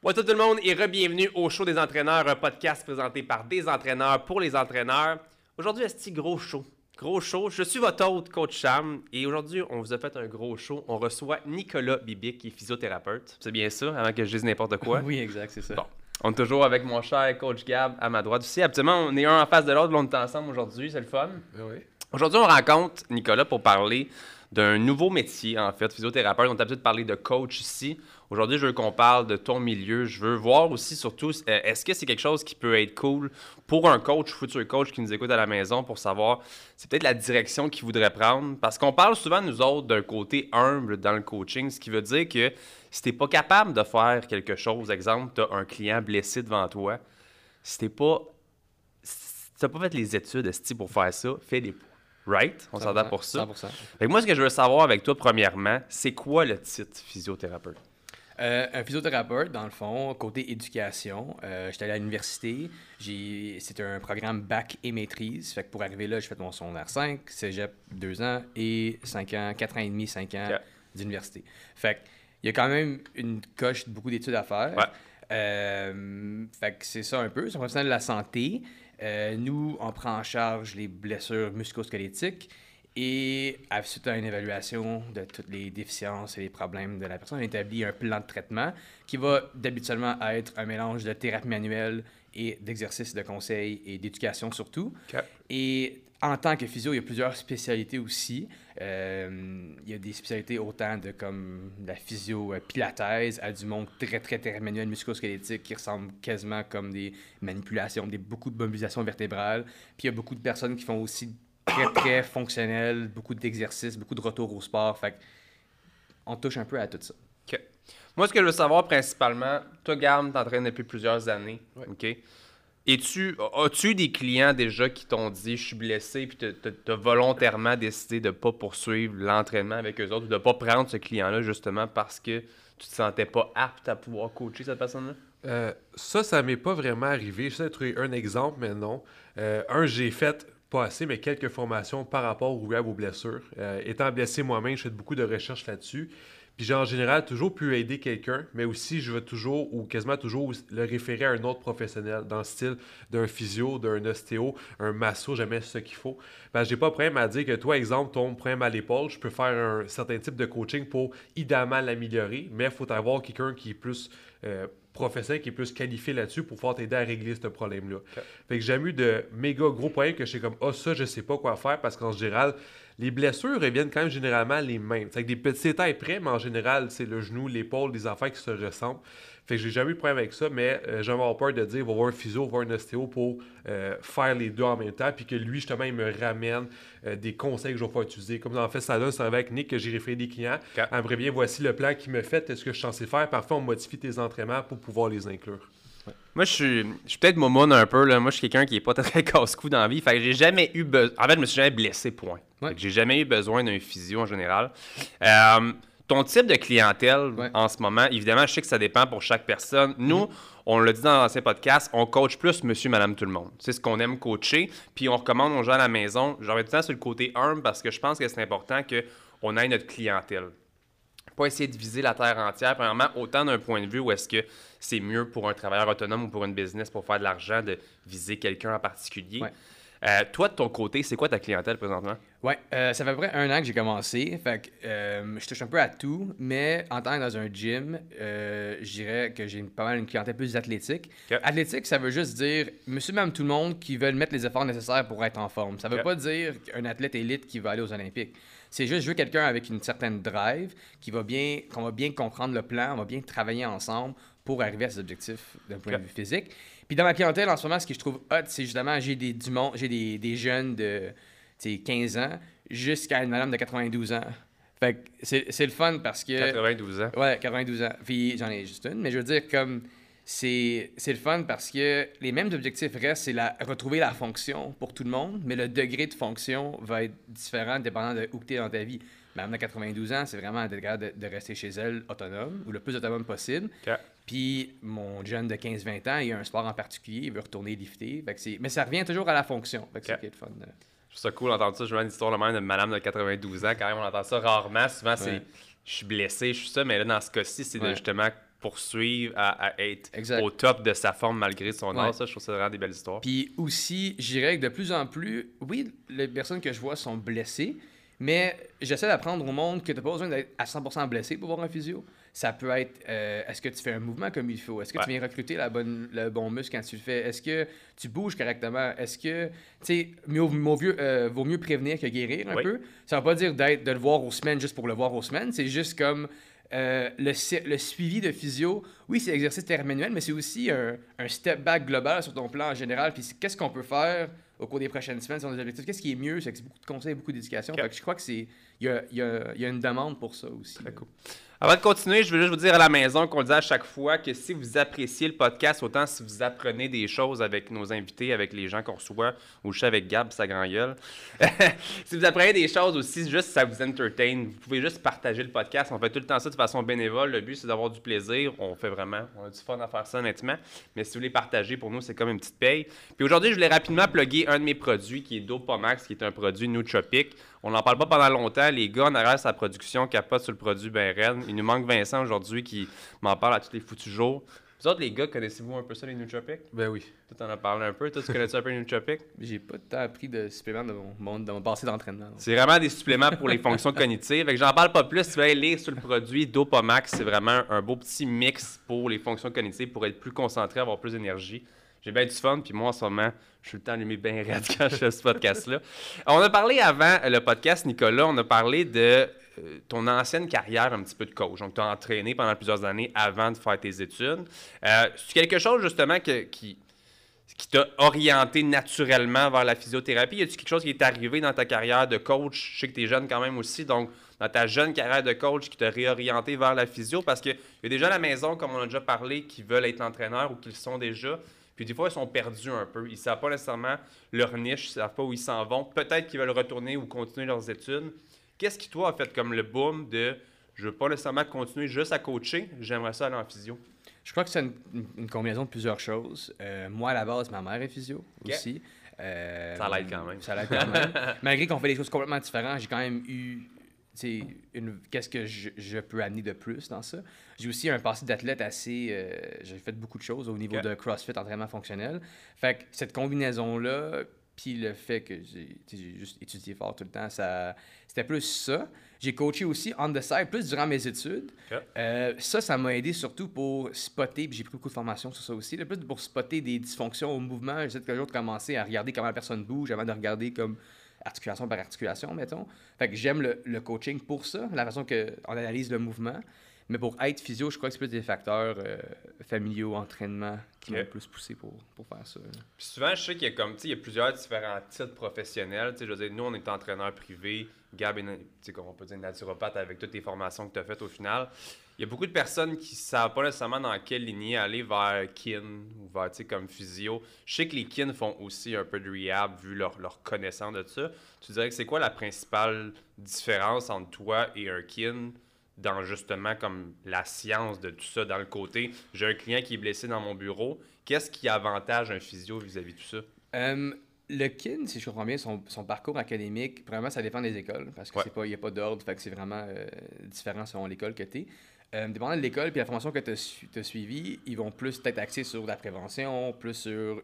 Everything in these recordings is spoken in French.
What's up tout le monde et re-bienvenue au Show des entraîneurs, un podcast présenté par des entraîneurs pour les entraîneurs. Aujourd'hui, est-ce gros show? Gros show, je suis votre hôte, Coach Sam, et aujourd'hui, on vous a fait un gros show. On reçoit Nicolas Bibic, qui est physiothérapeute. C'est bien ça, avant que je dise n'importe quoi? Oui, exact, c'est ça. Bon, on est toujours avec mon cher Coach Gab à ma droite aussi. Habituellement, on est un en face de l'autre, on est ensemble aujourd'hui, c'est le fun. Oui. Aujourd'hui, on rencontre Nicolas pour parler d'un nouveau métier, en fait, physiothérapeute. On a l'habitude de parler de coach ici. Aujourd'hui, je veux qu'on parle de ton milieu. Je veux voir aussi, surtout, est-ce que c'est quelque chose qui peut être cool pour un coach, futur coach qui nous écoute à la maison pour savoir, c'est peut-être la direction qu'il voudrait prendre. Parce qu'on parle souvent, nous autres, d'un côté humble dans le coaching, ce qui veut dire que si tu n'es pas capable de faire quelque chose, exemple, tu as un client blessé devant toi, si tu n'as pas fait les études pour faire ça, fais-les pas. Right? On s'entend pour ça. 100%. Fait que moi, ce que je veux savoir avec toi, premièrement, c'est quoi le titre physiothérapeute? Un physiothérapeute, dans le fond, côté éducation. J'étais allé à l'université. C'était un programme bac et maîtrise. Fait que pour arriver là, j'ai fait mon secondaire 5, cégep 2 ans et 5 ans, 4 ans et demi, 5 ans d'université. Fait que il y a quand même une coche, beaucoup d'études à faire. Ouais. Fait que c'est ça un peu. C'est un professionnel de la santé. Nous, on prend en charge les blessures musculo-squelettiques et, suite à une évaluation de toutes les déficiences et les problèmes de la personne, on établit un plan de traitement qui va d'habituellement être un mélange de thérapie manuelle et d'exercices de conseil et d'éducation surtout. Okay. Et en tant que physio, il y a plusieurs spécialités aussi. Il y a des spécialités autant de comme la physio pilates à du monde très manuel musculo-squelettique qui ressemble quasiment comme des manipulations, beaucoup de mobilisation vertébrale. Puis il y a beaucoup de personnes qui font aussi très fonctionnel, beaucoup d'exercices, beaucoup de retour au sport. Fait on touche un peu à tout ça. OK. Moi, ce que je veux savoir principalement, toi, Gab, t'entraînes depuis plusieurs années. Ouais. OK? As-tu eu des clients déjà qui t'ont dit « je suis blessé » puis t'as volontairement décidé de ne pas poursuivre l'entraînement avec eux autres ou de ne pas prendre ce client-là justement parce que tu te sentais pas apte à pouvoir coacher cette personne-là? Ça m'est pas vraiment arrivé. J'essaie de trouver un exemple, mais non. J'ai fait, pas assez, mais quelques formations par rapport aux blessures. Étant blessé moi-même, je fais beaucoup de recherches là-dessus. Puis j'ai en général toujours pu aider quelqu'un, mais aussi je vais toujours ou quasiment toujours le référer à un autre professionnel dans le style d'un physio, d'un ostéo, un masso, jamais ce qu'il faut. J'ai pas de problème à dire que toi, exemple, ton problème à l'épaule, je peux faire un certain type de coaching pour idéalement l'améliorer, mais il faut avoir quelqu'un qui est plus professionnel, qui est plus qualifié là-dessus pour pouvoir t'aider à régler ce problème-là. Okay. Fait que j'ai jamais eu de méga gros problèmes que je sais comme ça, je sais pas quoi faire parce qu'en général, les blessures reviennent quand même généralement les mêmes. C'est avec des petits détails près, mais en général, c'est le genou, l'épaule, les affaires qui se ressemblent. Fait que j'ai jamais eu de problème avec ça, mais j'ai avoir peur de dire va voir un physio, va voir un ostéo pour faire les deux en même temps, puis que lui, justement, il me ramène des conseils que je vais pouvoir utiliser. Comme en fait, ça donne, c'est avec Nick que j'ai référé des clients. Okay. Après bien, voici le plan qu'il me fait, est-ce que je suis censé faire? Parfois, on modifie tes entraînements pour pouvoir les inclure. Ouais. Moi, je suis peut-être momoune un peu. Là. Moi, je suis quelqu'un qui n'est pas très casse-cou dans la vie. Fait que j'ai jamais eu besoin. En fait, je me suis jamais blessé, point. Ouais. Fait que j'ai jamais eu besoin d'un physio en général. Ton type de clientèle en ce moment, évidemment, je sais que ça dépend pour chaque personne. Nous, on l'a dit dans l'ancien podcast, on coach plus monsieur, madame, tout le monde. C'est ce qu'on aime coacher. Puis on recommande aux gens à la maison. J'aurais tout le temps sur le côté humble parce que je pense que c'est important qu'on ait notre clientèle. Pas essayer de viser la terre entière, premièrement, autant d'un point de vue où est-ce que c'est mieux pour un travailleur autonome ou pour une business pour faire de l'argent de viser quelqu'un en particulier. Ouais. Toi, de ton côté, c'est quoi ta clientèle présentement? Oui, ça fait à peu près 1 an que j'ai commencé. Fait que je touche un peu à tout, mais en tant que dans un gym, je dirais que j'ai pas mal une clientèle plus athlétique. Okay. Athlétique, ça veut juste dire monsieur, même tout le monde qui veulent mettre les efforts nécessaires pour être en forme. Ça veut pas dire un athlète élite qui va aller aux Olympiques. C'est juste, je veux quelqu'un avec une certaine drive, qu'on va bien comprendre le plan, on va bien travailler ensemble pour arriver à ses objectifs d'un point de vue physique. Puis dans ma clientèle, en ce moment, ce que je trouve hot, c'est justement, j'ai des jeunes de 15 ans jusqu'à une madame de 92 ans. Fait que c'est le fun parce que... 92 ans? Ouais, 92 ans. Puis j'en ai juste une, mais je veux dire, comme... C'est le fun parce que les mêmes objectifs restent, c'est retrouver la fonction pour tout le monde, mais le degré de fonction va être différent dépendant de où tu es dans ta vie. Madame de 92 ans, c'est vraiment d'être capable de rester chez elle autonome ou le plus autonome possible. Okay. Puis mon jeune de 15-20 ans, il a un sport en particulier, il veut retourner lifter. Mais ça revient toujours à la fonction. Fait que c'est le fun. Je trouve ça cool d'entendre ça. Je vois une histoire de même de madame de 92 ans. Quand même, on entend ça rarement. Souvent, c'est je suis blessé, je suis ça. Mais là, dans ce cas-ci, c'est de justement poursuivre à être au top de sa forme malgré son âge. Ça, je trouve ça vraiment des belles histoires. Puis aussi, je dirais que de plus en plus, oui, les personnes que je vois sont blessées, mais j'essaie d'apprendre au monde que tu n'as pas besoin d'être à 100% blessé pour voir un physio. Ça peut être, est-ce que tu fais un mouvement comme il faut? Est-ce que tu viens recruter le bon muscle quand tu le fais? Est-ce que tu bouges correctement? Est-ce que, tu sais, vaut mieux prévenir que guérir un peu? Ça ne veut pas dire de le voir aux semaines juste pour le voir aux semaines. C'est juste comme le suivi de physio. Oui, c'est l'exercice manuel, mais c'est aussi un step back global sur ton plan en général. Puis qu'est-ce qu'on peut faire au cours des prochaines semaines sur des objectifs? Qu'est-ce qui est mieux? C'est que c'est beaucoup de conseils, beaucoup d'éducation. Fait que je crois que il y a une demande pour ça aussi. Très cool. Avant de continuer, je veux juste vous dire à la maison qu'on le dit à chaque fois que si vous appréciez le podcast, autant si vous apprenez des choses avec nos invités, avec les gens qu'on reçoit, ou je suis avec Gab, sa grand gueule, si vous apprenez des choses aussi, juste ça vous entertain, vous pouvez juste partager le podcast. On fait tout le temps ça de façon bénévole. Le but, c'est d'avoir du plaisir. On a du fun à faire ça, honnêtement. Mais si vous voulez partager, pour nous, c'est comme une petite paye. Puis aujourd'hui, je voulais rapidement plugger un de mes produits qui est Dopamax, qui est un produit nootropique. On n'en parle pas pendant longtemps. Les gars, en arrière, sa production capote sur le produit ben raide. Il nous manque Vincent aujourd'hui qui m'en parle à tous les foutus jours. Vous autres, les gars, connaissez-vous un peu ça, les nootropiques? Ben oui. Toi, t'en as parlé un peu. Toi, tu connais-tu un peu les nootropiques? J'ai pas tant pris de suppléments dans mon passé d'entraînement. C'est vraiment des suppléments pour les fonctions cognitives. Fait que j'en parle pas plus. Si vous allez lire sur le produit Dopamax, c'est vraiment un beau petit mix pour les fonctions cognitives, pour être plus concentré, avoir plus d'énergie. J'ai bien du fun, puis moi, en ce moment, je suis le temps allumé bien raide quand je fais ce podcast-là. On a parlé avant le podcast, Nicolas, on a parlé de ton ancienne carrière un petit peu de coach. Donc, tu as entraîné pendant plusieurs années avant de faire tes études. C'est quelque chose, justement, qui t'a orienté naturellement vers la physiothérapie? Y a-t-il quelque chose qui est arrivé dans ta carrière de coach? Je sais que tu es jeune quand même aussi, donc dans ta jeune carrière de coach qui t'a réorienté vers la physio? Parce qu'il y a des gens à la maison, comme on a déjà parlé, qui veulent être entraîneurs ou qui le sont déjà. Puis des fois, ils sont perdus un peu. Ils ne savent pas nécessairement leur niche, ils ne savent pas où ils s'en vont. Peut-être qu'ils veulent retourner ou continuer leurs études. Qu'est-ce qui, toi, a fait comme le boom de « je ne veux pas nécessairement continuer juste à coacher, j'aimerais ça aller en physio ». Je crois que c'est une combinaison de plusieurs choses. Moi, à la base, ma mère est physio aussi. Ça l'aide quand même. Ça l'aide quand même. Malgré qu'on fait des choses complètement différentes, j'ai quand même eu qu'est-ce que je peux amener de plus dans ça. J'ai aussi un passé d'athlète assez... j'ai fait beaucoup de choses au niveau de CrossFit, entraînement fonctionnel. Fait que cette combinaison-là, puis le fait que j'ai juste étudié fort tout le temps, c'était plus ça. J'ai coaché aussi on the side, plus durant mes études. Ça m'a aidé surtout pour spotter, puis j'ai pris beaucoup de formation sur ça aussi, plus pour spotter des dysfonctions au mouvement. J'essaie toujours de commencer à regarder comment la personne bouge avant de regarder comme articulation par articulation, mettons. Fait que j'aime le coaching pour ça, la façon qu'on analyse le mouvement. Mais pour être physio, je crois que c'est plus des facteurs familiaux, entraînement, qui m'ont plus poussé pour faire ça. Puis souvent, je sais qu'il y a comme, il y a plusieurs différents titres professionnels. Je veux dire, nous, on est entraîneur privé. Gab est, comme on peut dire, naturopathe avec toutes les formations que tu as faites au final. Il y a beaucoup de personnes qui ne savent pas nécessairement dans quelle lignée aller vers kin ou vers, comme physio. Je sais que les kin font aussi un peu de rehab vu leur connaissance de ça. Tu dirais que c'est quoi la principale différence entre toi et un kin dans justement comme la science de tout ça, dans le côté, j'ai un client qui est blessé dans mon bureau, qu'est-ce qui avantage un physio vis-à-vis de tout ça? Le kin, si je comprends bien, son parcours académique, vraiment, ça dépend des écoles, parce qu'il n'y a pas d'ordre, fait que c'est vraiment différent selon l'école que tu es. Dépendant de l'école puis la formation que tu as suivie, ils vont plus être axés sur la prévention, plus sur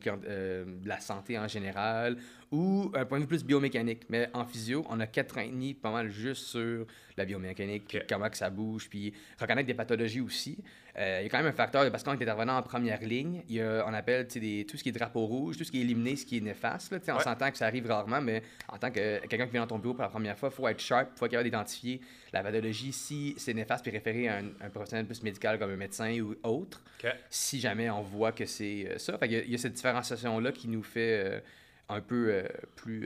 la santé en général, ou un point de vue plus biomécanique. Mais en physio, on a 4 ans et demi pas mal juste sur la biomécanique, comment que ça bouge, puis reconnaître des pathologies aussi. Il y a quand même un facteur, parce qu'on est intervenant en première ligne, on appelle tout ce qui est drapeau rouge, tout ce qui est éliminé, ce qui est néfaste. Là, on s'entend que ça arrive rarement, mais en tant que quelqu'un qui vient dans ton bureau pour la première fois, il faut être sharp, il faut être capable d'identifier la pathologie, si c'est néfaste, puis référer à un professionnel plus médical comme un médecin ou autre, si jamais on voit que c'est ça. Fait il y a cette différenciation-là qui nous fait un peu plus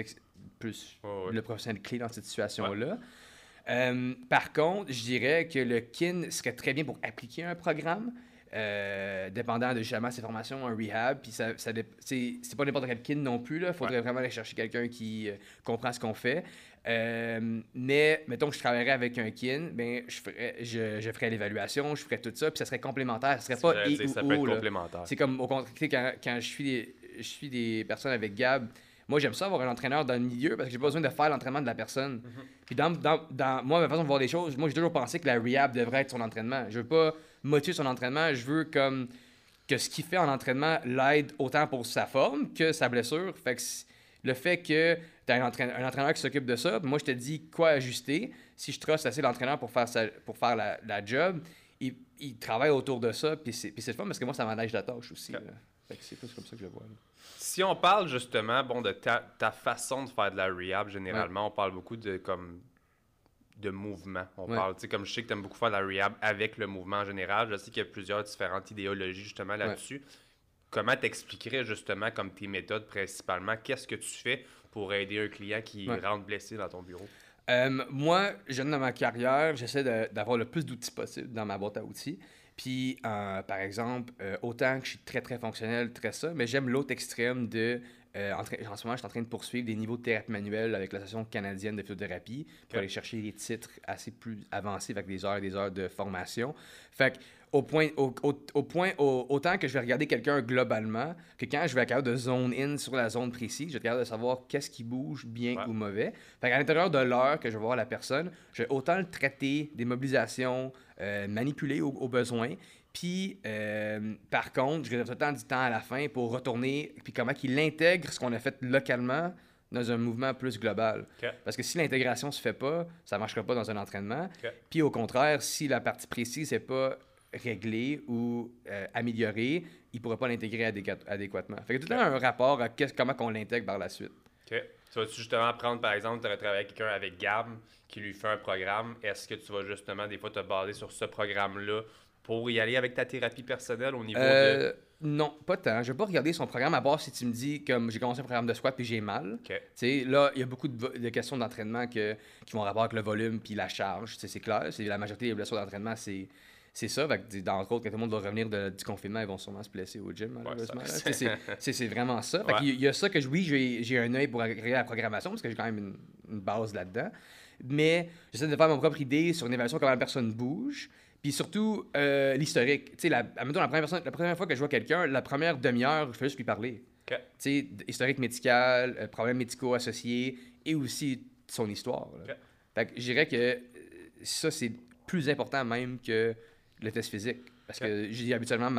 le professionnel clé dans cette situation-là. Par contre, je dirais que le kin serait très bien pour appliquer un programme, dépendant de justement ses formations, un rehab, puis c'est pas n'importe quel kin non plus, il faudrait vraiment aller chercher quelqu'un qui comprend ce qu'on fait. Mais, mettons que je travaillerais avec un kin, ben, je ferais l'évaluation, je ferais tout ça, puis ça serait complémentaire, ça serait pas et ou ça peut être complémentaire. C'est comme, au contraire, quand je suis des personnes avec Gab, moi, j'aime ça avoir un entraîneur dans le milieu parce que j'ai pas besoin de faire l'entraînement de la personne. Mm-hmm. Puis dans moi, ma façon de voir les choses, moi, j'ai toujours pensé que la rehab devrait être son entraînement. Je veux pas motiver son entraînement. Je veux comme que ce qu'il fait en entraînement l'aide autant pour sa forme que sa blessure. Fait que le fait que tu as un entraîneur qui s'occupe de ça, moi, je te dis quoi ajuster. Si je truste assez l'entraîneur pour faire la job, il travaille autour de ça, puis c'est le fun parce que moi, ça m'allège la tâche aussi. Fait que c'est plus comme ça que je le vois. Là. Si on parle justement de ta façon de faire de la rehab, généralement, on parle beaucoup de mouvement. On parle, tu sais, comme je sais que tu aimes beaucoup faire de la rehab avec le mouvement en général, je sais qu'il y a plusieurs différentes idéologies justement là-dessus. Comment t'expliquerais justement comme tes méthodes principalement? Qu'est-ce que tu fais pour aider un client qui rentre blessé dans ton bureau? Moi, jeune dans ma carrière, j'essaie d'avoir le plus d'outils possible dans ma boîte à outils. Puis, par exemple, autant que je suis très, très fonctionnel, très ça, mais j'aime l'autre extrême de... en ce moment, je suis en train de poursuivre des niveaux de thérapie manuelle avec l'Association canadienne de physiothérapie pour aller chercher des titres assez plus avancés avec des heures et des heures de formation. Fait que, autant que je vais regarder quelqu'un globalement, que quand je vais être capable de zone in sur la zone précise, je vais être capable de savoir qu'est-ce qui bouge bien ou mauvais. Fait qu'à l'intérieur de l'heure que je vais voir la personne, je vais autant le traiter, des mobilisations, manipuler au besoin. Puis, par contre, je réserve tout le temps du temps à la fin pour retourner, puis comment il intègre ce qu'on a fait localement dans un mouvement plus global. Parce que si l'intégration se fait pas, ça ne marchera pas dans un entraînement. Puis au contraire, si la partie précise n'est pas réglée ou améliorée, il ne pourra pas l'intégrer adéquatement. Fait que tout le temps un rapport à comment on l'intègre par la suite. OK. Tu vas-tu justement prendre, par exemple, tu vas travailler avec quelqu'un avec Gab qui lui fait un programme. Est-ce que tu vas justement, des fois, te baser sur ce programme-là pour y aller avec ta thérapie personnelle au niveau de... Non, pas tant. Je vais pas regarder son programme à part si tu me dis, comme j'ai commencé un programme de squat puis j'ai mal. Tu sais, là, il y a beaucoup de questions d'entraînement qui vont rapport avec le volume puis la charge. Tu sais, c'est clair. La majorité des blessures d'entraînement, c'est ça. Fait que, entre autres, quand tout le monde va revenir du confinement, ils vont sûrement se blesser au gym, malheureusement. C'est vraiment ça. Fait qu'il y a ça que j'ai un œil pour regarder la programmation parce que j'ai quand même une base là-dedans. Mais j'essaie de faire mon propre idée sur une évaluation de comment la personne bouge. Puis surtout, l'historique. Tu sais, admettons, la première fois que je vois quelqu'un, la première demi-heure, je fais juste lui parler. Tu sais, historique médical, problèmes médicaux associés et aussi son histoire. Fait que je dirais que ça, c'est plus important même que le test physique. Parce que j'ai habituellement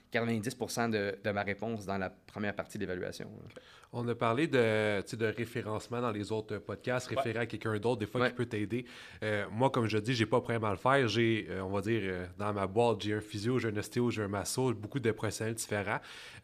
90% de ma réponse dans la première partie de l'évaluation. On a parlé de référencement dans les autres podcasts, référer à quelqu'un d'autre, des fois qui peut t'aider. Moi, comme je dis, j'ai pas de problème à le faire. J'ai, on va dire, dans ma boîte, j'ai un physio, j'ai un ostéo, j'ai un masso, beaucoup de professionnels différents.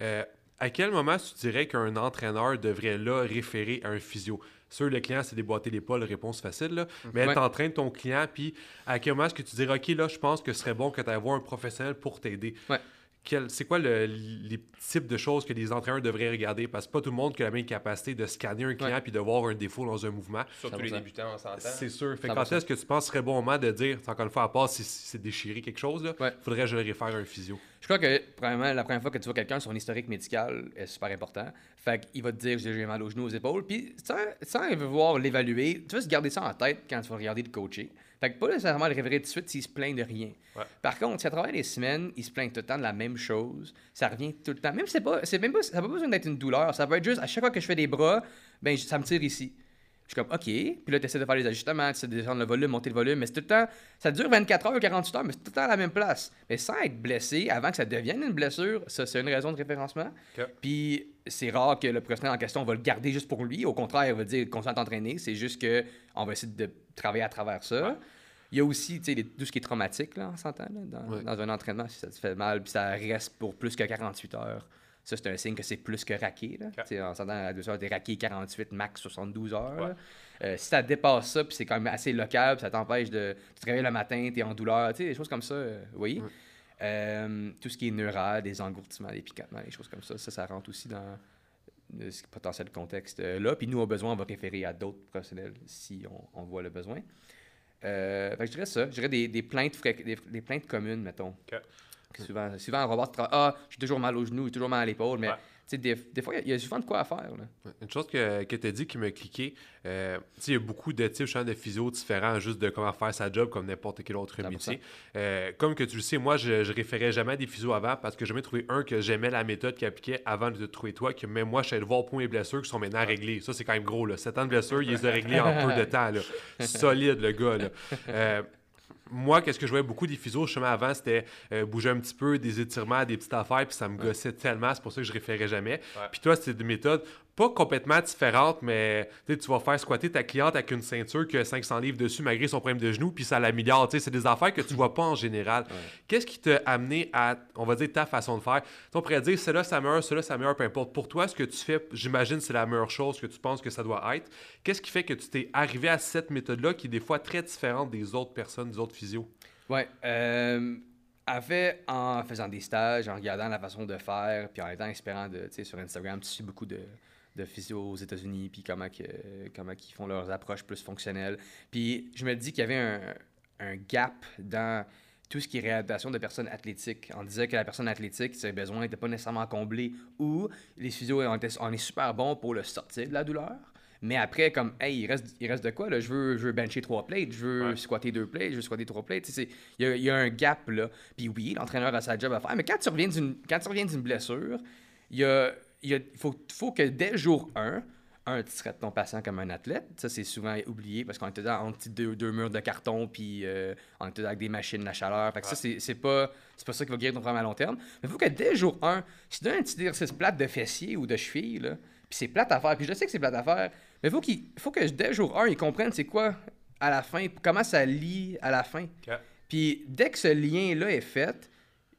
À quel moment tu dirais qu'un entraîneur devrait là référer à un physio? Sûr, le client, c'est déboîter les pas, la réponse facile, là. Mais t'entraînes ton client, puis à quel moment est-ce que tu dirais, OK, là, je pense que ce serait bon que tu ailles voir un professionnel pour t'aider? C'est quoi les types de choses que les entraîneurs devraient regarder? Parce que pas tout le monde qui a la même capacité de scanner un client puis de voir un défaut dans un mouvement. Surtout les débutants, on s'entend. C'est sûr. Fait quand est-ce que tu penses que ce serait bon moment de dire, encore une fois, à part si c'est déchiré quelque chose, faudrait que je le réfère à un physio? Je crois que, premièrement, la première fois que tu vois quelqu'un, son historique médical est super important. Fait qu'il va te dire, j'ai mal aux genoux, aux épaules. Puis, sans vouloir l'évaluer, tu vas se garder ça en tête quand tu vas regarder le coacher. Fait que pas nécessairement le révéler tout de suite s'il se plaint de rien. Par contre, si à travers les semaines, il se plaint tout le temps de la même chose, ça revient tout le temps. Même si ça n'a pas besoin d'être une douleur. Ça peut être juste, à chaque fois que je fais des bras, ben ça me tire ici. Je suis comme, OK. Puis là, tu essaies de faire les ajustements, tu essaies de descendre le volume, monter le volume. Mais c'est tout le temps, ça dure 24 heures, 48 heures, mais c'est tout le temps à la même place. Mais sans être blessé, avant que ça devienne une blessure, ça, c'est une raison de référencement. Puis c'est rare que le professionnel en question va le garder juste pour lui. Au contraire, il va dire qu'on s'en t'entraîner. C'est juste qu'on va essayer de travailler à travers ça. Il y a aussi tout ce qui est traumatique, là, on s'entend, dans un entraînement, si ça te fait mal, puis ça reste pour plus que 48 heures. Ça, c'est un signe que c'est plus que raqué. On s'entend à 2 heures, t'es raqué 48, max 72 heures. Si ça dépasse ça, puis c'est quand même assez local, puis ça t'empêche de te réveiller le matin, t'es en douleur, des choses comme ça, oui. Tout ce qui est neural, des engourdissements, des picotements, des choses comme ça, ça rentre aussi dans ce potentiel contexte-là. Puis nous, au besoin, on va référer à d'autres professionnels si on voit le besoin. Fait que je dirais ça. Je dirais des plaintes communes, mettons. Souvent, on va voir, j'ai toujours mal aux genoux, j'ai toujours mal à l'épaule, mais des fois, il y a souvent de quoi à faire. Là. Une chose que tu as dit qui m'a cliqué, il y a beaucoup de types de physio différents, juste de comment faire sa job comme n'importe quel autre métier. Comme que tu le sais, moi, je référais jamais à des physios avant parce que j'ai jamais trouvé un que j'aimais la méthode qu'il appliquait avant de te trouver toi, que même moi, je suis allé voir pour mes blessures qui sont maintenant réglées. Ça, c'est quand même gros. Là. 7 ans de blessures, il les a réglés en peu de temps. Là. Solide, le gars. Là. moi, qu'est-ce que je voyais beaucoup des physios, justement, avant, c'était bouger un petit peu, des étirements, des petites affaires, puis ça me gossait tellement, c'est pour ça que je référais jamais. Puis toi, c'est des méthodes pas complètement différentes, mais tu vas faire squatter ta cliente avec une ceinture qui a 500 livres dessus, malgré son problème de genou, puis ça l'améliore. C'est des affaires que tu vois pas en général. Qu'est-ce qui t'a amené à, on va dire, ta façon de faire? On pourrait dire, celle-là, ça meurt, peu importe. Pour toi, ce que tu fais, j'imagine, c'est la meilleure chose que tu penses que ça doit être. Qu'est-ce qui fait que tu t'es arrivé à cette méthode-là qui est des fois très différente des autres personnes, des autres physios? Ouais. En fait, en faisant des stages, en regardant la façon de faire, puis en étant inspirant sur Instagram, tu suis beaucoup de physio aux États-Unis, puis comment ils font leurs approches plus fonctionnelles. Puis je me dis qu'il y avait un gap dans tout ce qui est réadaptation de personnes athlétiques. On disait que la personne athlétique, ses besoins n'étaient pas nécessairement comblés, ou les physios, on est super bons pour le sortir de la douleur. Mais après, comme, hey, il reste de quoi, là? Je veux bencher 3 plates, je veux squatter 2 plates, je veux squatter 3 plates. Il y a un gap, là. Puis oui, l'entraîneur a sa job à faire, mais quand tu reviens d'une blessure, il faut que dès jour 1, tu traites ton patient comme un athlète. Ça, c'est souvent oublié parce qu'on était entre deux murs de carton, puis on était avec des machines à chaleur. Fait que ça, c'est pas ça qui va guérir ton problème à long terme. Mais il faut que dès jour 1, si tu donnes un petit exercice plate de fessier ou de cheville, là, puis c'est plate à faire, puis je sais que c'est plate à faire, mais il faut que dès jour 1, ils comprennent c'est quoi à la fin, comment ça lie à la fin. Okay. Puis dès que ce lien-là est fait,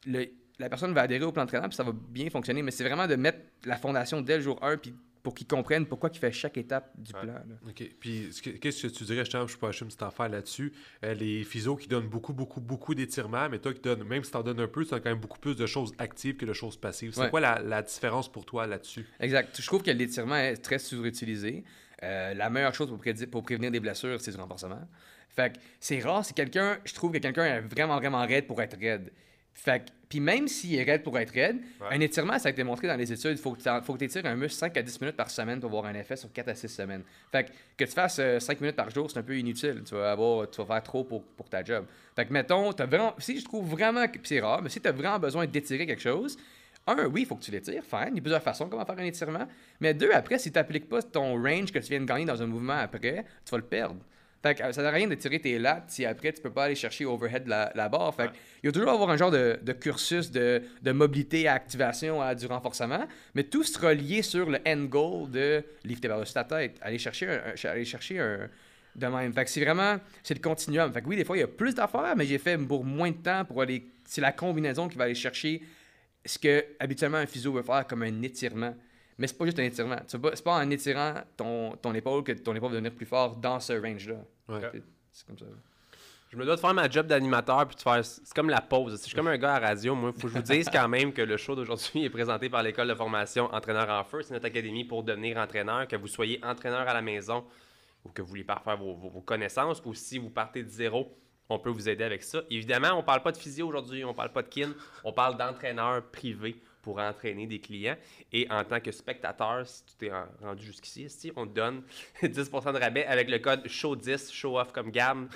la personne va adhérer au plan d'entraînement, puis ça va bien fonctionner. Mais c'est vraiment de mettre la fondation dès le jour 1, puis pour qu'ils comprennent pourquoi il fait chaque étape du plan. Là. OK. Puis, qu'est-ce que tu dirais, je suis pas une petite affaire là-dessus, les physios qui donnent beaucoup d'étirements, mais toi qui donnes, même si tu en donnes un peu, tu as quand même beaucoup plus de choses actives que de choses passives. C'est quoi la différence pour toi là-dessus? Exact. Je trouve que l'étirement est très surutilisé. La meilleure chose pour prévenir des blessures, c'est du renforcement. Fait que c'est rare, je trouve que quelqu'un est vraiment raide pour être raide. Fait que, puis même s'il est raide pour être raide, un étirement, ça a été montré dans les études, il faut que tu étires un muscle 5 à 10 minutes par semaine pour avoir un effet sur 4 à 6 semaines. Fait que tu fasses 5 minutes par jour, c'est un peu inutile. Tu vas faire trop pour ta job. Fait que, mettons, si je trouve vraiment que c'est rare, mais si tu as vraiment besoin d'étirer quelque chose, oui, il faut que tu l'étires, fine. Il y a plusieurs façons comment faire un étirement. Mais 2, après, si tu n'appliques pas ton range que tu viens de gagner dans un mouvement après, tu vas le perdre. Fait que ça sert à rien de tirer tes lats si après tu peux pas aller chercher overhead la barre. Fait que il va toujours avoir un genre de cursus de mobilité à activation à du renforcement, mais tout sera lié sur le end goal de lifter par-dessus ta tête, aller chercher un de même. Fait que c'est le continuum. Fait que oui, des fois il y a plus d'affaires, mais j'ai fait pour moins de temps pour aller. C'est la combinaison qui va aller chercher ce que habituellement un physio veut faire comme un étirement. Mais c'est pas juste un étirement. C'est pas en étirant ton épaule que ton épaule va devenir plus fort dans ce range-là. Ouais. C'est comme ça. Je me dois de faire ma job d'animateur puis de faire. C'est comme la pause. Je suis comme un gars à radio. Moi, il faut que je vous dise quand même que le show d'aujourd'hui est présenté par l'école de formation Entraîneur en Feu. C'est notre académie pour devenir entraîneur. Que vous soyez entraîneur à la maison ou que vous voulez parfaire vos connaissances ou si vous partez de zéro, on peut vous aider avec ça. Évidemment, on ne parle pas de physio aujourd'hui, on ne parle pas de kin, on parle d'entraîneur privé pour entraîner des clients. Et en tant que spectateur, si tu t'es rendu jusqu'ici, on te donne 10% de rabais avec le code SHOW10, show off comme gamme,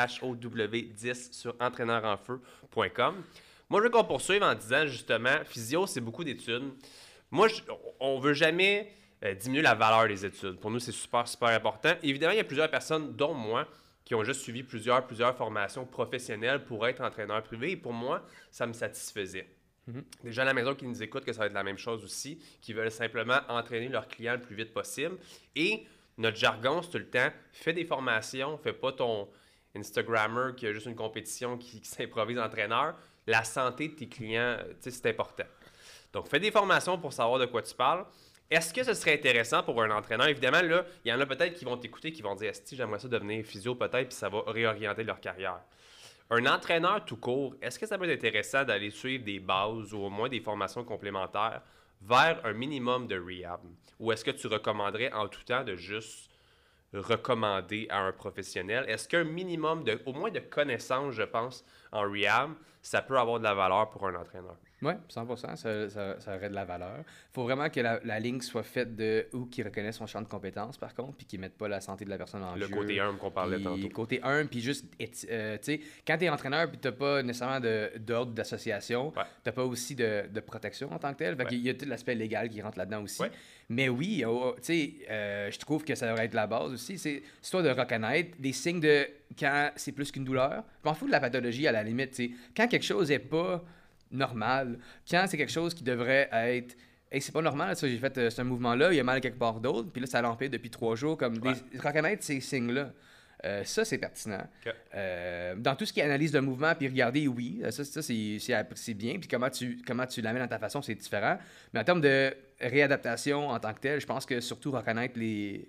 SHOW10 sur entraîneurenfeu.com. Moi, je veux qu'on poursuive en disant justement, physio, c'est beaucoup d'études. Moi, on ne veut jamais diminuer la valeur des études. Pour nous, c'est super important. Évidemment, il y a plusieurs personnes, dont moi, qui ont juste suivi plusieurs formations professionnelles pour être entraîneur privé. Et pour moi, ça me satisfaisait. Des gens à la maison qui nous écoutent, que ça va être la même chose aussi, qui veulent simplement entraîner leurs clients le plus vite possible. Et notre jargon, c'est tout le temps, fais des formations, fais pas ton Instagrammer qui a juste une compétition qui s'improvise entraîneur. La santé de tes clients, c'est important. Donc, fais des formations pour savoir de quoi tu parles. Est-ce que ce serait intéressant pour un entraîneur? Évidemment, là, il y en a peut-être qui vont t'écouter, qui vont dire « Esti, j'aimerais ça devenir physio peut-être, puis ça va réorienter leur carrière. » Un entraîneur tout court, est-ce que ça peut être intéressant d'aller suivre des bases ou au moins des formations complémentaires vers un minimum de rehab? Ou est-ce que tu recommanderais en tout temps de juste recommander à un professionnel? Est-ce qu'un minimum, au moins de connaissances, je pense, en rehab, ça peut avoir de la valeur pour un entraîneur. Oui, 100%, ça aurait de la valeur. Il faut vraiment que la ligne soit faite de où qui reconnaît son champ de compétences, par contre, puis qui ne mette pas la santé de la personne en jeu. Le côté humble qu'on parlait tantôt. Côté humble, puis juste, tu sais, quand tu es entraîneur, puis tu n'as pas nécessairement d'ordre d'association, tu n'as pas aussi de protection en tant que tel. Fait qu'il y a tout l'aspect légal qui rentre là-dedans aussi. Mais oui, tu sais, je trouve que ça devrait être la base aussi. C'est toi de reconnaître des signes de quand c'est plus qu'une douleur. Je m'en fous de la pathologie à la limite, tu sais. Quand quelque chose n'est pas normal. Quand c'est quelque chose qui devrait être hey, c'est pas normal, ça, j'ai fait ce mouvement-là, il y a mal quelque part d'autre, puis là, ça l'empire depuis 3 jours. Comme reconnaître ces signes-là, ça, c'est pertinent. Okay. Dans tout ce qui est analyse de mouvement, puis regarder, oui, ça c'est bien, puis comment tu l'amènes dans ta façon, c'est différent. Mais en termes de réadaptation en tant que tel, je pense que surtout reconnaître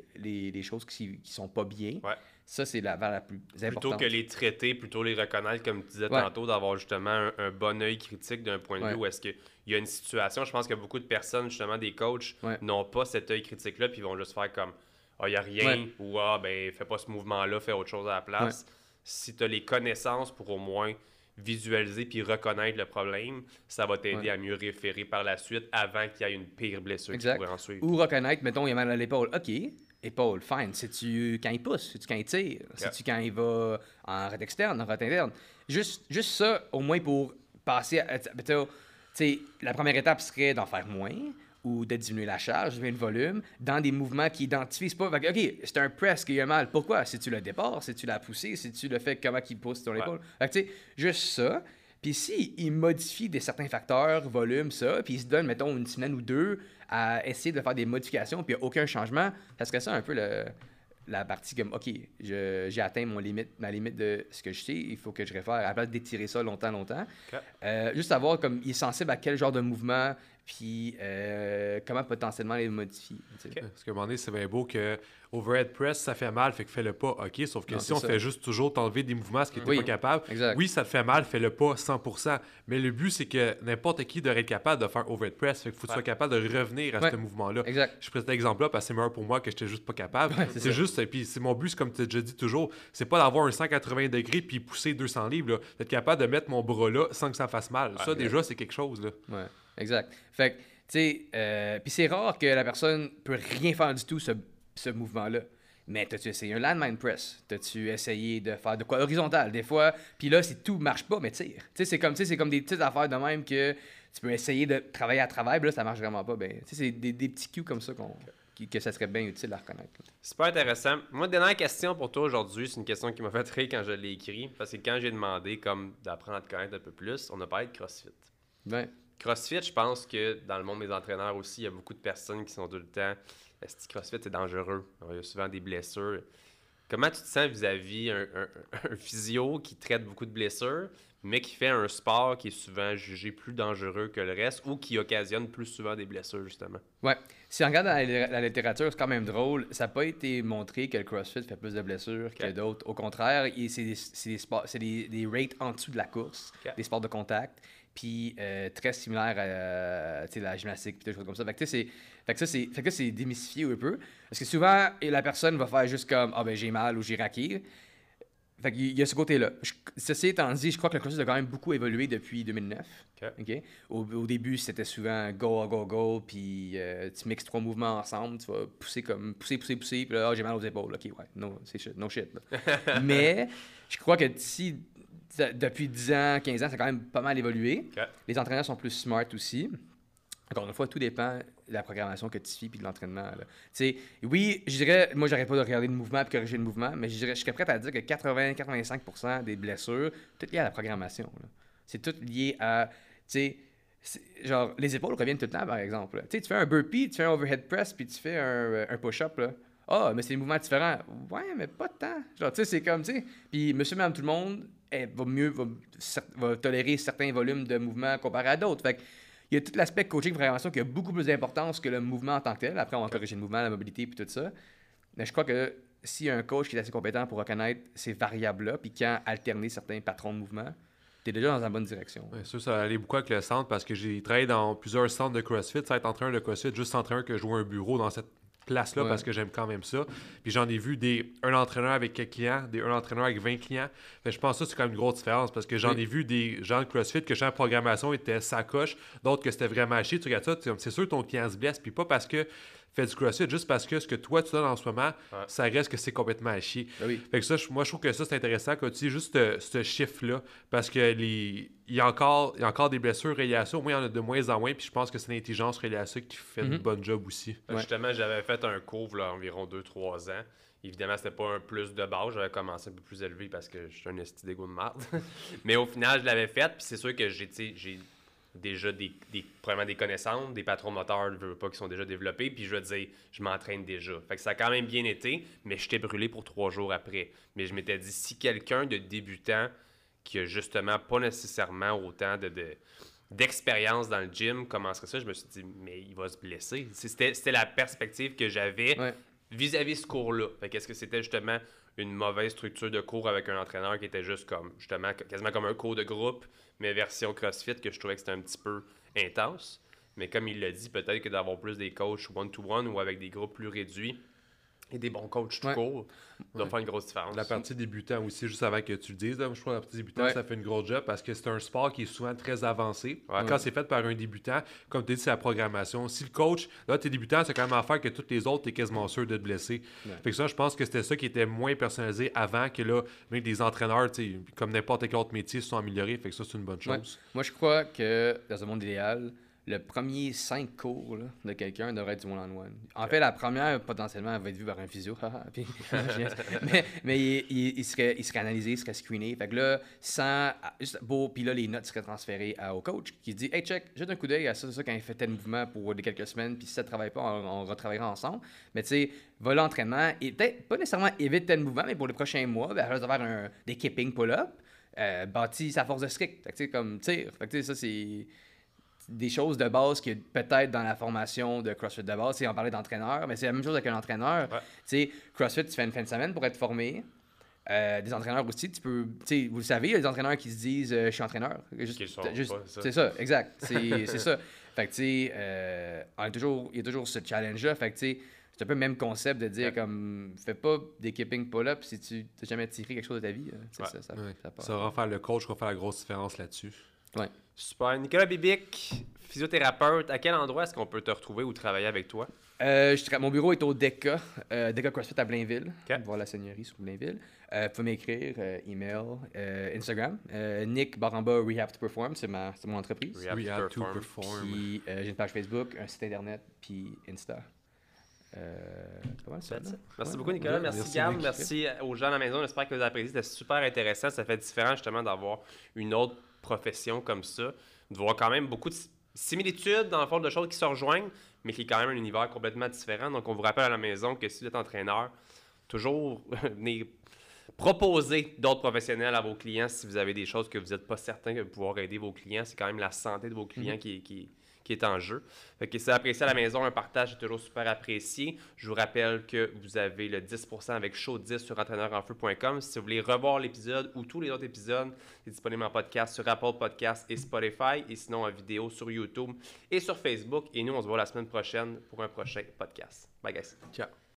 les choses qui sont pas bien. Ça, c'est la valeur la plus importante. Plutôt que les traiter, plutôt les reconnaître, comme tu disais tantôt, d'avoir justement un bon œil critique d'un point de vue où est-ce qu'il y a une situation. Je pense que beaucoup de personnes, justement, des coachs, n'ont pas cet œil critique-là, puis ils vont juste faire comme « Ah, il n'y a rien » ou « Ah, ben, fais pas ce mouvement-là, fais autre chose à la place. » Si tu as les connaissances pour au moins visualiser puis reconnaître le problème, ça va t'aider à mieux référer par la suite avant qu'il y ait une pire blessure qui pourrait en suivre. Ou reconnaître, mettons, il y a mal à l'épaule. OK. Épaule, fine. C'est-tu quand il pousse? C'est-tu quand il tire? C'est-tu quand il va en rate externe, en rate interne? Juste ça, au moins pour passer à... Tu sais, la première étape serait d'en faire moins ou de diminuer la charge, diminuer le volume, dans des mouvements qui identifient. C'est pas... OK, c'est un press qui a mal. Pourquoi? C'est-tu le départ? C'est-tu la poussée? C'est-tu le fait comment il pousse sur l'épaule? Fait que, tu sais, juste ça. Puis s'il modifie certains facteurs, volume, ça, puis il se donne, mettons, une semaine ou deux à essayer de faire des modifications, puis il n'y a aucun changement, ça serait ça un peu la partie comme, OK, j'ai atteint ma limite de ce que je sais, il faut que je réfère, à la place d'étirer ça longtemps. Juste savoir comme il est sensible à quel genre de mouvement, puis comment potentiellement les modifier. Parce qu'à un moment donné, c'est bien beau que overhead press, ça fait mal, fait que fais-le pas, OK. Sauf que si on fait juste toujours t'enlever des mouvements, ce qui n'était pas capable, oui, ça te fait mal, fais-le pas 100%. Mais le but, c'est que n'importe qui devrait être capable de faire overhead press. Fait qu'il faut que tu sois capable de revenir à ce mouvement-là. Je prends cet exemple-là parce que c'est meilleur pour moi que j'étais juste pas capable. C'est juste, puis c'est mon but, c'est comme tu as déjà dit toujours, c'est pas d'avoir un 180 degrés puis pousser 200 livres, là. D'être capable de mettre mon bras là sans que ça fasse mal. Ça, déjà, c'est quelque chose, là. Ouais, exact. Fait que, tu sais, puis c'est rare que la personne peut rien faire du tout, ce mouvement-là. Mais t'as-tu essayé un landmine press? T'as-tu essayé de faire de quoi horizontal? Des fois, puis là, si tout marche pas, mais tire. Tu sais, c'est comme des petites affaires de même que tu peux essayer de travailler à travers, puis là, ça marche vraiment pas. Ben, tu sais, c'est des petits cues comme ça que ça serait bien utile à reconnaître. Super intéressant. Moi, dernière question pour toi aujourd'hui, c'est une question qui m'a fait rire quand je l'ai écrit, parce que quand j'ai demandé comme d'apprendre à te connaître un peu plus, on a parlé de CrossFit. CrossFit, je pense que dans le monde des entraîneurs aussi, il y a beaucoup de personnes qui sont tout le temps « CrossFit, c'est dangereux. » Il y a souvent des blessures. Comment tu te sens vis-à-vis un physio qui traite beaucoup de blessures, mais qui fait un sport qui est souvent jugé plus dangereux que le reste ou qui occasionne plus souvent des blessures, justement? Ouais. Si on regarde la littérature, c'est quand même drôle. Ça n'a pas été montré que le CrossFit fait plus de blessures que d'autres. Au contraire, c'est des rates en dessous de la course, des sports de contact, puis très similaires à la gymnastique, puis des choses comme ça. Fait que c'est démystifié un peu. Parce que souvent, la personne va faire juste comme « Ah ben j'ai mal » ou « j'ai raqué ». Fait qu'il y a ce côté-là. Ceci étant dit, je crois que le CrossFit a quand même beaucoup évolué depuis 2009. Okay? Au début, c'était souvent go, puis tu mixes 3 mouvements ensemble, tu vas pousser, puis là, j'ai mal aux épaules. OK, ouais, no shit. Là. Mais je crois que depuis 10 ans, 15 ans, ça a quand même pas mal évolué. Les entraîneurs sont plus smart aussi. Encore une fois, tout dépend de la programmation que tu suis puis de l'entraînement. Oui, je dirais, moi, j'arrête pas de regarder le mouvement et corriger le mouvement, mais je serais prêt à dire que 80-85% des blessures, tout lié à la programmation. Là. C'est tout lié à, genre, les épaules reviennent tout le temps, par exemple. Tu fais un burpee, tu fais un overhead press, puis tu fais un push-up, là. Ah, mais c'est des mouvements différents. Ouais, mais pas de temps. Genre, c'est comme, puis monsieur, madame, tout le monde va tolérer certains volumes de mouvements comparé à d'autres. Fait que, il y a tout l'aspect coaching programmation qui a beaucoup plus d'importance que le mouvement en tant que tel. Après, on va corriger le mouvement, la mobilité puis tout ça. Mais je crois que s'il y a un coach qui est assez compétent pour reconnaître ces variables-là puis quand alterner certains patrons de mouvement, tu es déjà dans la bonne direction. Bien sûr, ça va aller beaucoup avec le centre parce que j'ai travaillé dans plusieurs centres de CrossFit. Ça va être entraîneur de CrossFit, juste entraîneur que je joue un bureau dans cette place-là parce que j'aime quand même ça. Puis j'en ai vu un entraîneur avec 4 clients, un entraîneur avec 20 clients. Fait que je pense que ça, c'est quand même une grosse différence parce que j'en ai vu des gens de CrossFit que chaque programmation était sacoche, d'autres que c'était vraiment chier. Tu regardes ça, c'est sûr que ton client se blesse, puis pas parce que fait du CrossFit, juste parce que ce que toi tu donnes en ce moment, ça reste que c'est complètement à chier. Fait que ça, moi je trouve que ça c'est intéressant quand tu dis juste ce chiffre-là, parce que il y a encore des blessures reliées à ça, au moins il y en a de moins en moins, puis je pense que c'est l'intelligence reliée à ça qui fait une bonne job aussi. Justement, j'avais fait un cours là, environ 2-3 ans. Évidemment, c'était pas un plus de base, j'avais commencé un peu plus élevé parce que je suis un esti d'égo de merde. Mais au final, je l'avais fait, puis c'est sûr que j'ai déjà probablement des connaissances, des patrons moteurs, je veux pas, qui sont déjà développés, puis je veux dire, je m'entraîne déjà. Fait que ça a quand même bien été, mais j'étais brûlé pour 3 jours après. Mais je m'étais dit, si quelqu'un de débutant, qui a justement pas nécessairement autant d'expérience dans le gym, commencerait ça, je me suis dit, mais il va se blesser. C'était la perspective que j'avais vis-à-vis ce cours-là. Fait qu'est-ce que c'était justement une mauvaise structure de cours avec un entraîneur qui était juste comme, justement, quasiment comme un cours de groupe, mais version CrossFit, que je trouvais que c'était un petit peu intense. Mais comme il l'a dit, peut-être que d'avoir plus des coachs one-to-one ou avec des groupes plus réduits et des bons coachs tout court, doit faire une grosse différence. La partie débutant aussi, juste avant que tu le dises, là, je trouve que la partie débutant, ça fait une grosse job parce que c'est un sport qui est souvent très avancé. Quand c'est fait par un débutant, comme tu dis, c'est la programmation. Si le coach, là, t'es débutant, c'est quand même affaire que tous les autres, t'es quasiment sûr de te blesser. Fait que ça, je pense que c'était ça qui était moins personnalisé avant que là, même des entraîneurs, comme n'importe quel autre métier, se sont améliorés. Fait que ça, c'est une bonne chose. Moi, je crois que dans un monde idéal, le premier 5 cours là, de quelqu'un devrait être du one-on-one. En fait, la première, potentiellement, elle va être vue par un physio. Puis, mais il serait analysé, il serait screené. Fait que là, puis là, les notes seraient transférées au coach qui dit « Hey, check, jette un coup d'œil à ça quand il fait tel mouvement pour quelques semaines, puis si ça ne travaille pas, on retravaillera ensemble. » Mais tu sais, va l'entraînement, et peut-être pas nécessairement évite tel mouvement, mais pour les prochains mois, elle va faire des keeping pull-up, bâtit sa force de strict. Fait que tu sais, comme tir. Fait que tu sais, ça, c'est des choses de base que peut-être dans la formation de CrossFit de base, on parlait d'entraîneur, mais c'est la même chose avec un entraîneur. CrossFit, tu fais une fin de semaine pour être formé. Des entraîneurs aussi, vous le savez, il y a des entraîneurs qui se disent je suis entraîneur. C'est ça, exact. C'est ça. Fait que il y a toujours ce challenge-là. Fait que c'est un peu le même concept de dire comme fais pas des keeping pull-up si tu n'as jamais tiré quelque chose de ta vie. Ça va faire le coach qui va faire la grosse différence là-dessus. Ouais. Super. Nicolas Bibic, physiothérapeute, à quel endroit est-ce qu'on peut te retrouver ou travailler avec toi? Mon bureau est au DECA, DECA CrossFit à Blainville. Voir la seigneurie sur Blainville. Vous pouvez m'écrire, email, Instagram. Nick Baramba Rehab to Perform, c'est mon entreprise. Rehab to Perform. Puis j'ai une page Facebook, un site internet, puis Insta. Pas mal ça, merci beaucoup, Nicolas. Merci, Gab. Merci aux gens à la maison. J'espère que vous avez apprécié. C'était super intéressant. Ça fait différent, justement, d'avoir une autre profession comme ça. De voir quand même beaucoup de similitudes dans le fond de choses qui se rejoignent, mais qui est quand même un univers complètement différent. Donc, on vous rappelle à la maison que si vous êtes entraîneur, toujours venez proposer d'autres professionnels à vos clients si vous avez des choses que vous n'êtes pas certain de pouvoir aider vos clients. C'est quand même la santé de vos clients qui est en jeu. Fait que si vous appréciez à la maison, un partage est toujours super apprécié. Je vous rappelle que vous avez le 10% avec Show 10 sur entraîneurenfeu.com. Si vous voulez revoir l'épisode ou tous les autres épisodes, c'est disponible en podcast sur Apple Podcasts et Spotify, et sinon en vidéo sur YouTube et sur Facebook. Et nous, on se voit la semaine prochaine pour un prochain podcast. Bye guys. Ciao.